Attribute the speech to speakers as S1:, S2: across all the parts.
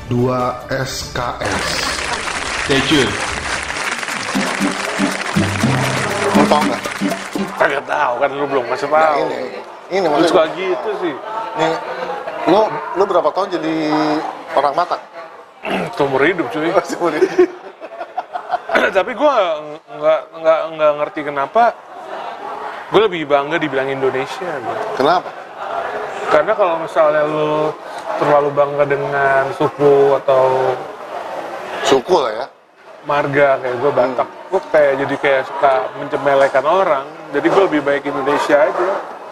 S1: 2SKS.
S2: Stay tune.
S1: Lo tau nggak?
S3: Kagak tahu kan, lu belum masih tahu.
S1: Nah, ini
S3: Lu
S1: maksudnya.
S3: suka gitu sih.
S1: Nih, lo berapa tahun jadi orang Batak?
S3: Seumur hidup cuy.
S1: Seumur hidup.
S3: Tapi gue nggak ngerti kenapa gue lebih bangga dibilang Indonesia gitu.
S1: Kenapa?
S3: Karena kalau misalnya lu terlalu bangga dengan suku atau
S1: Suku lah ya.
S3: marga kayak gue Batak, gue kayak suka mencemelekan orang. Jadi gue lebih baik Indonesia aja.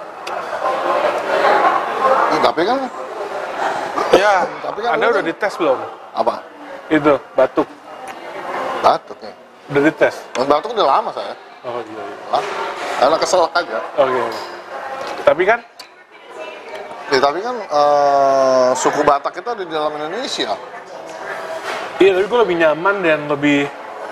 S1: Tapi kan
S3: Ya,
S1: Tapi kan
S3: Anda
S1: lu
S3: udah
S1: kan-
S3: dites belum?
S1: apa?
S3: Itu batuk,
S1: Batuk nih.
S3: udah dites.
S1: Batuk udah lama saya.
S3: Oh iya.
S1: Lah, karena kesel aja.
S3: Oke. Tapi kan
S1: Ya, tapi kan suku Batak itu ada di dalam Indonesia.
S3: iya, tapi gue lebih nyaman dan lebih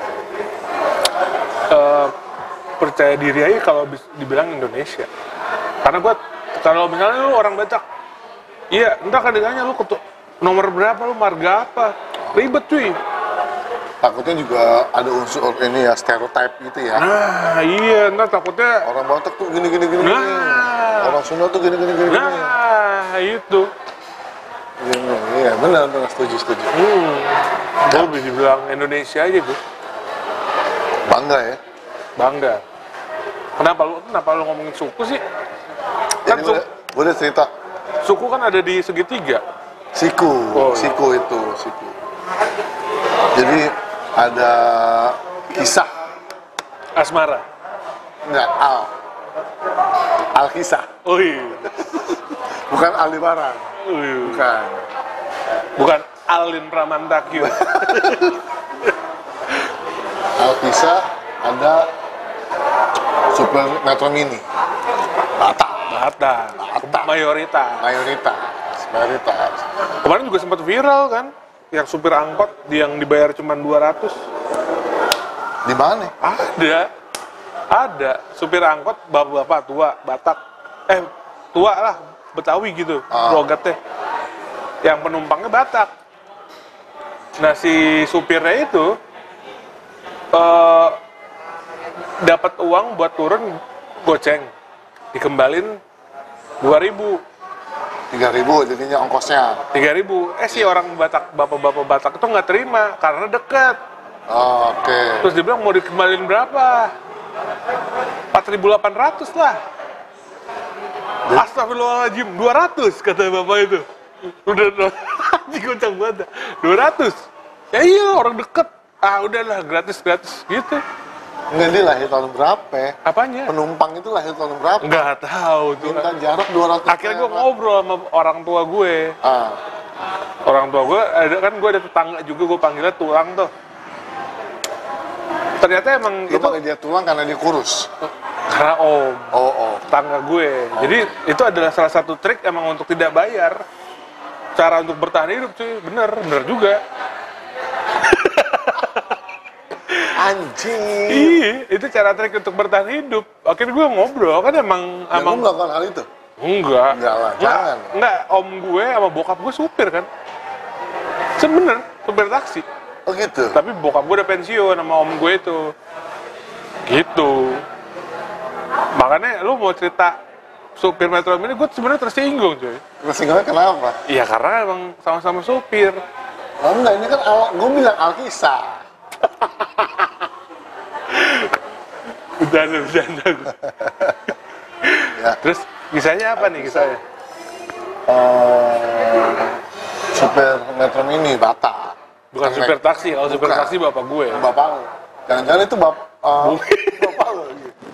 S3: percaya diri aja kalau dibilang Indonesia. Karena gue, kalau misalnya lu orang Batak, iya, entah kan ditanya lu nomor berapa, lu marga apa, ribet cuy.
S1: Takutnya juga ada unsur ini ya, stereotype gitu ya.
S3: Nah, iya, entah takutnya,
S1: Orang Batak tuh gini.
S3: Nah.
S1: Orang Sunda tuh gini.
S3: nah, itu.
S1: Gini. Iya, benar, setuju.
S3: Gue lebih dibilang Indonesia aja gue,
S1: Bangga ya.
S3: bangga. Kenapa lu ngomongin suku sih? Kan
S1: Jadi gue udah cerita
S3: suku kan ada di segitiga.
S1: siku,
S3: Oh, iya.
S1: siku. Jadi ada kisah,
S3: Asmara.
S1: enggak al kisah,
S3: Oh iya.
S1: bukan Aldebaran, bukan.
S3: Bukan Alin Pramantakyo.
S1: Al kisah ada Super Metro Mini, Batak,
S3: Mayoritas.
S1: mayoritas.
S3: Kemarin juga sempat viral kan, yang supir angkot yang dibayar cuma 200.
S1: Di mana?
S3: Ada supir angkot bapak-bapak tua Batak, tua lah, Betawi gitu, logatnya. Yang penumpangnya Batak. Nah, si supirnya itu dapat uang buat turun goceng, dikembalin 2.000.
S1: 3.000 jadinya ongkosnya.
S3: 3.000. Si orang Batak, bapak-bapak Batak itu nggak terima karena dekat.
S1: Oke.
S3: Terus dia bilang mau dikembalin berapa? 4.800 lah. Astagfirullahaladzim, 200 kata bapak itu. Udah dikocak banget. 200. Ya iya, orang deket. Udahlah, gratis gitu.
S1: Nggak, dia lahir tahun berapa?
S3: Apanya?
S1: Penumpang itu lahir tahun berapa?
S3: Nggak tahu tuh.
S1: Minta jarak 200
S3: Akhirnya gue ngobrol sama orang tua gue. Orang tua gue, gue ada tetangga juga, gue panggilnya tulang tuh. Ternyata emang
S1: Lu
S3: itu
S1: pakai dia tulang karena dia kurus.
S3: karena om,
S1: Oh.
S3: tetangga gue. Jadi itu adalah salah satu trik emang untuk tidak bayar. Cara untuk bertahan hidup cuy, bener juga.
S1: Anjing.
S3: Iya, itu cara trik untuk bertahan hidup. Akhirnya gue ngobrol, kan emang
S1: Ya, lu melakukan hal itu?
S3: enggak
S1: lah, jangan.
S3: Enggak, om gue sama bokap gue supir kan. Bener, supir taksi.
S1: Oh gitu?
S3: Tapi bokap gue udah pensiun sama om gue itu. Gitu. Makanya lu mau cerita supir Metro Mini, gue sebenarnya tersinggung cuy.
S1: Tersinggungnya kenapa?
S3: Iya, karena emang sama-sama supir.
S1: Oh enggak, ini kan gue bilang Alkisah.
S3: Bercanda.
S1: Ya.
S3: Terus kisahnya apa nih kisahnya?
S1: Supir Metro Mini Batak.
S3: Bukan supir taksi, kalau supir
S1: Bukan.
S3: taksi bapak gue.
S1: Bapak lu. Jangan-jangan itu bapak lu.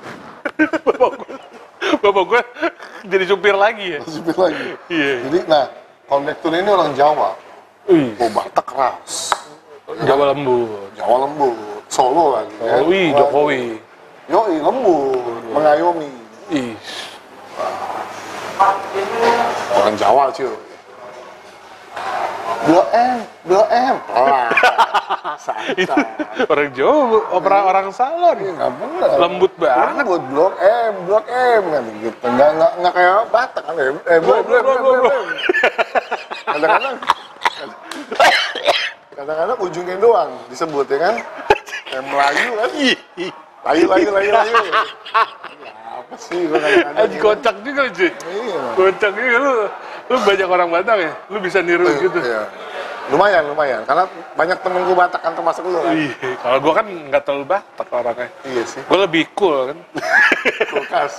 S3: Bapak gue jadi supir lagi ya?
S1: Supir lagi.
S3: Iya.
S1: Jadi, nah, kondektur ini orang Jawa.
S3: Wih,
S1: Oh, Batak keras.
S3: Jawa lembut.
S1: Jawa lembut. Solo lagi. kan?
S3: Wih, Jokowi.
S1: Yoi, lembut. Mengayomi.
S3: Ih,
S1: Orang Jawa, cuy. Blok M.
S3: itu orang Jawa, orang salon.
S1: Nggak bener.
S3: Lembut banget.
S1: Lembut, Blok M kan gitu. Nggak kayak Batak kan ya. Blok. Kadang-kadang Kadang-kadang ujungnya doang disebut ya kan. Kayak Melayu kan. Layu. Apa sih gua kadang-kadang.
S3: Aji kocak juga cuy.
S1: Iya.
S3: Kocak juga lu banyak orang Batak ya? Lu bisa niru gitu?
S1: Iya. Lumayan. Karena banyak temen gue Batak kan termasuk lu kan.
S3: Iya, kalau gua kan nggak terlalu Batak orangnya.
S1: Iya sih.
S3: Gua lebih cool kan.
S1: Kulkas.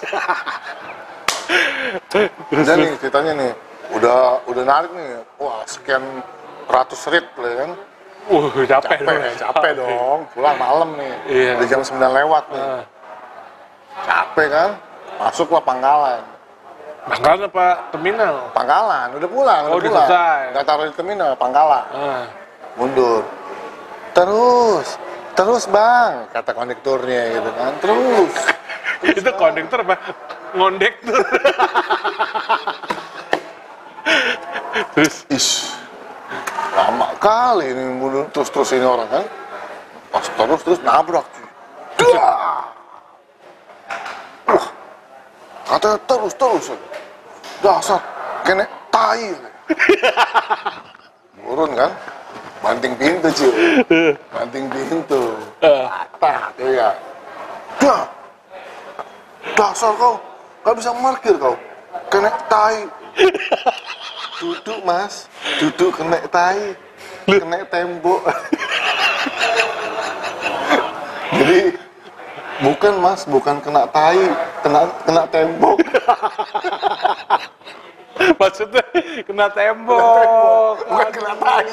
S1: Udah nih ceritanya nih. Udah narik nih. Wah, sekian ratus rit lah kan.
S3: Capek
S1: dong. Pulang malam nih.
S3: Iya.
S1: Udah jam 9 lewat nih. Capek kan? Masuklah Pangkalan.
S3: Pangkalan apa terminal?
S1: Pangkalan, udah pulang.
S3: Udah selesai.
S1: Nggak taruh di terminal, Pangkalan. Mundur. Terus bang, kata kondekturnya gitu kan. Terus
S3: Itu kondektur apa? Ngondektur. Terus
S1: ish, lama kali ini mundur terus ini orang kan. Pas terus nabrak. Katanya terus. Dasar, kena tai. Turun kan, banting pintu cuy. Patah, ya. Dasar kau, gak bisa parkir kau. Kena tai. Duduk mas, kena tai. Kena tembok. Jadi bukan kena tai, kena tembok.
S3: maksudnya kena tembok.
S1: Bukan kena tai.